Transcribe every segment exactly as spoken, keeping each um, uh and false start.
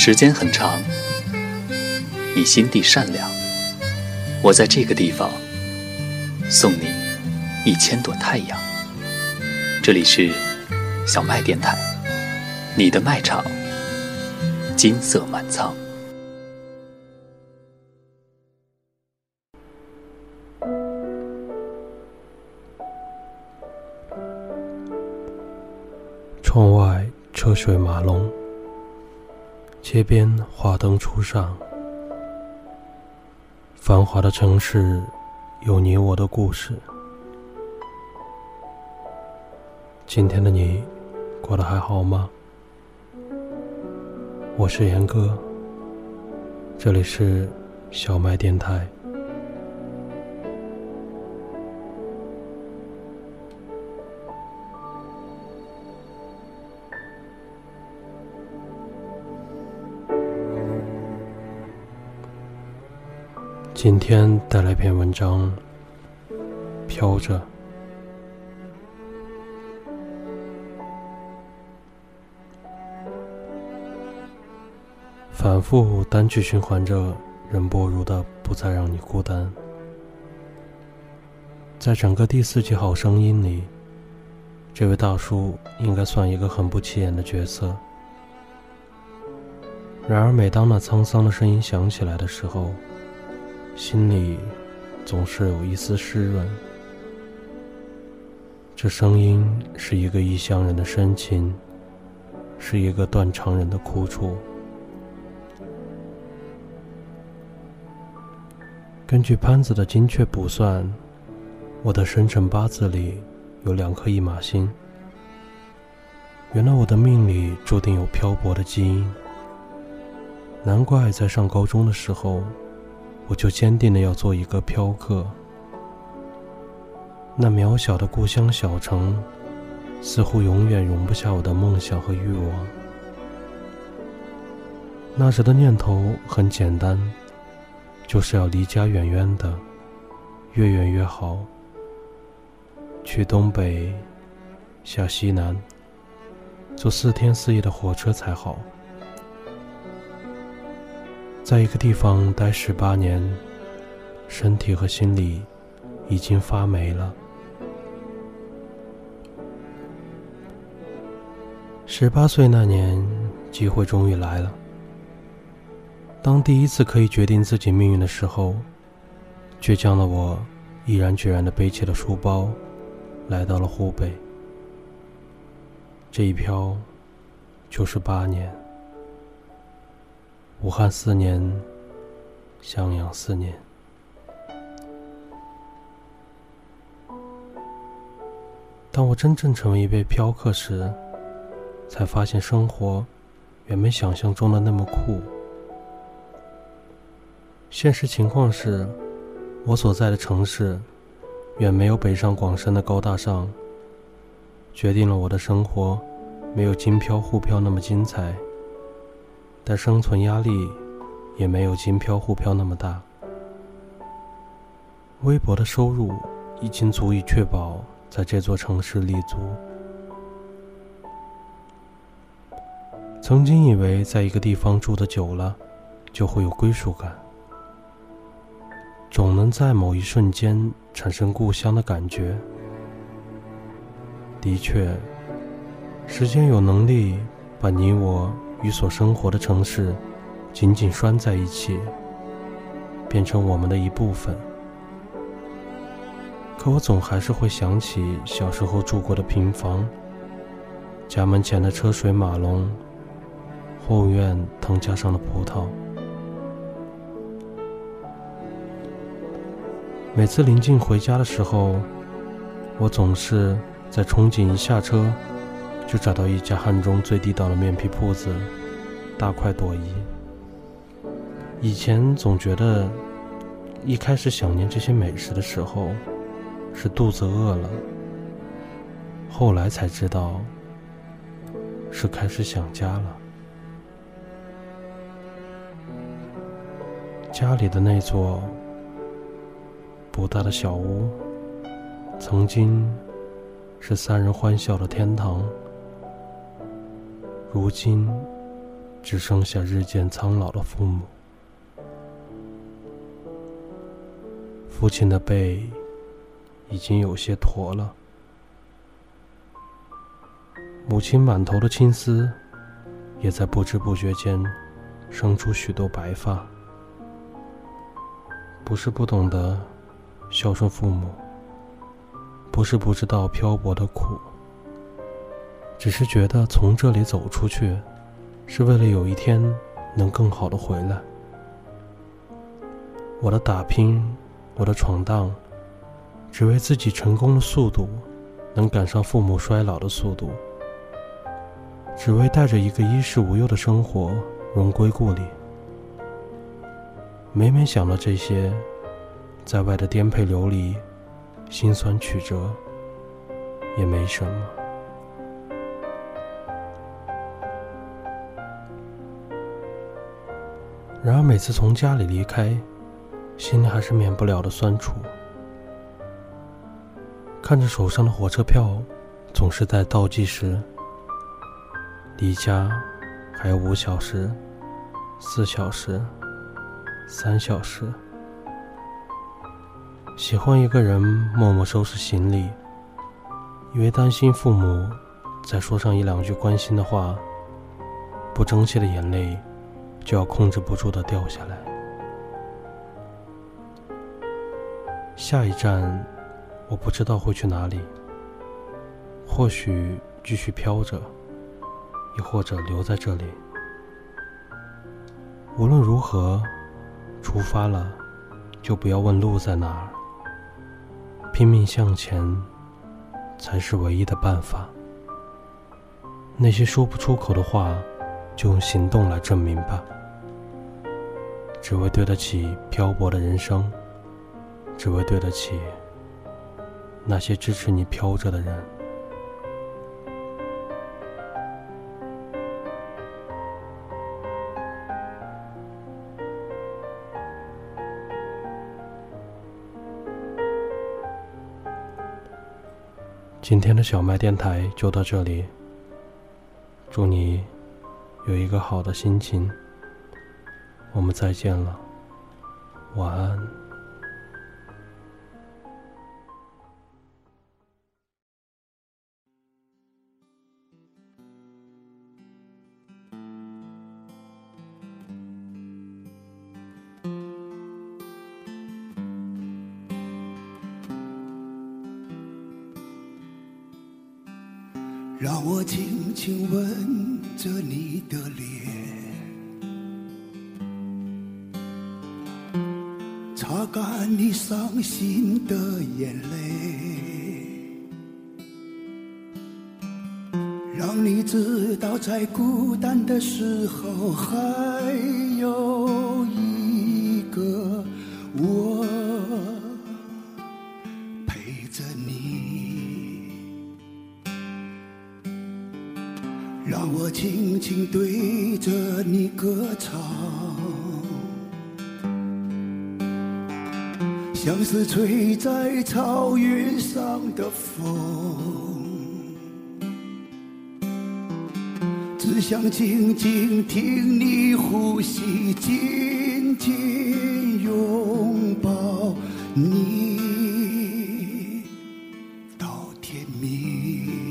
时间很长，你心地善良，我在这个地方送你一千朵太阳。这里是小麦电台，你的麦场，金色满仓。 窗外车水马龙，街边花灯初上，繁华的城市有你我的故事。今天的你过得还好吗？我是严哥，这里是小麦电台。今天带来一篇文章，飘着。反复单曲循环着任波如的《不再让你孤单》。在整个第四季好声音里，这位大叔应该算一个很不起眼的角色。然而每当那沧桑的声音响起来的时候，心里总是有一丝湿润。这声音是一个异乡人的深情，是一个断肠人的苦楚。根据潘子的精确卜算，我的生辰八字里有两颗驿马星。原来我的命里注定有漂泊的基因，难怪在上高中的时候我就坚定的要做一个漂客。那渺小的故乡小城似乎永远容不下我的梦想和欲望。那时的念头很简单，就是要离家远远的，越远越好，去东北，下西南，坐四天四夜的火车才好。在一个地方待十八年，身体和心理已经发霉了。十八岁那年，机会终于来了。当第一次可以决定自己命运的时候，倔强的我毅然决然地背起了书包，来到了湖北。这一漂就是八年。武汉四年，襄阳四年。当我真正成为一位漂客时，才发现生活远没想象中的那么酷。现实情况是，我所在的城市远没有北上广深的高大上，决定了我的生活没有京漂沪漂那么精彩，但生存压力也没有京漂沪漂那么大。微薄的收入已经足以确保在这座城市立足。曾经以为在一个地方住得久了就会有归属感，总能在某一瞬间产生故乡的感觉。的确，时间有能力把你我与所生活的城市紧紧拴在一起，变成我们的一部分。可我总还是会想起小时候住过的平房，家门前的车水马龙，后院藤架上的葡萄。每次临近回家的时候，我总是在憧憬一下车就找到一家汉中最地道的面皮铺子，大快朵颐。以前总觉得一开始想念这些美食的时候是肚子饿了，后来才知道是开始想家了。家里的那座不大的小屋，曾经是三人欢笑的天堂，如今只剩下日渐苍老的父母。父亲的背已经有些驼了，母亲满头的青丝也在不知不觉间生出许多白发。不是不懂得孝顺父母，不是不知道漂泊的苦，只是觉得从这里走出去是为了有一天能更好的回来。我的打拼，我的闯荡，只为自己成功的速度能赶上父母衰老的速度，只为带着一个衣食无忧的生活荣归故里。每每想到这些，在外的颠沛流离，辛酸曲折，也没什么。然而每次从家里离开，心里还是免不了的酸楚。看着手上的火车票，总是在倒计时，离家还有五小时、四小时、三小时。喜欢一个人默默收拾行李，因为担心父母再说上一两句关心的话，不争气的眼泪就要控制不住地掉下来。下一站我不知道会去哪里，或许继续飘着，也或者留在这里。无论如何，出发了就不要问路在哪儿，拼命向前才是唯一的办法。那些说不出口的话，就用行动来证明吧。只为对得起漂泊的人生，只为对得起那些支持你飘着的人。今天的小麦电台就到这里，祝你有一个好的心情，我们再见了，晚安。 让我轻轻吻着你的脸，擦干你伤心的眼泪，让你知道在孤单的时候还有一个我陪着你。让我轻轻对着你歌唱，像是吹在草原上的风，只想静静听你呼吸，紧紧拥抱你到天明。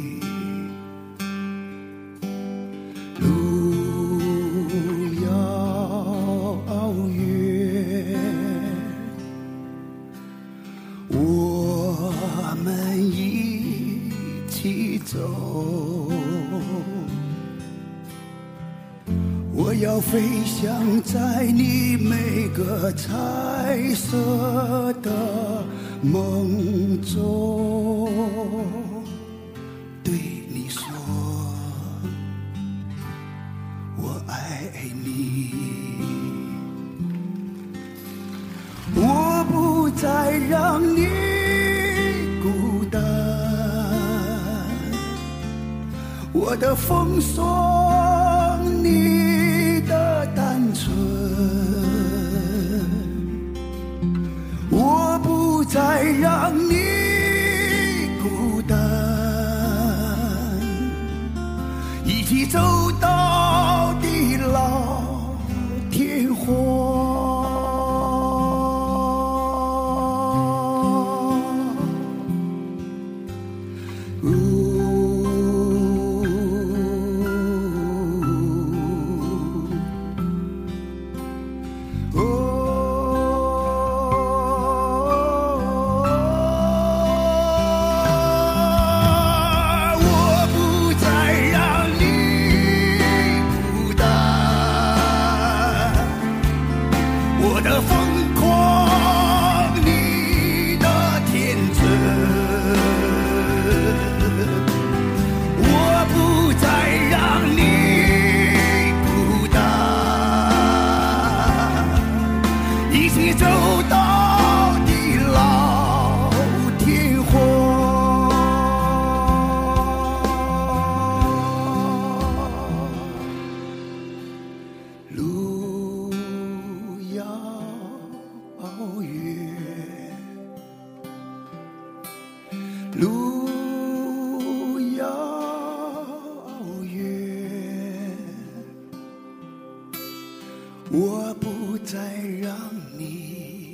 我要飞翔在你每个彩色的梦中，对你说我爱你。我不再让你孤单，我的风霜，你的单纯，我不再让你孤单，一起走到地老。 路遥远，我不再让你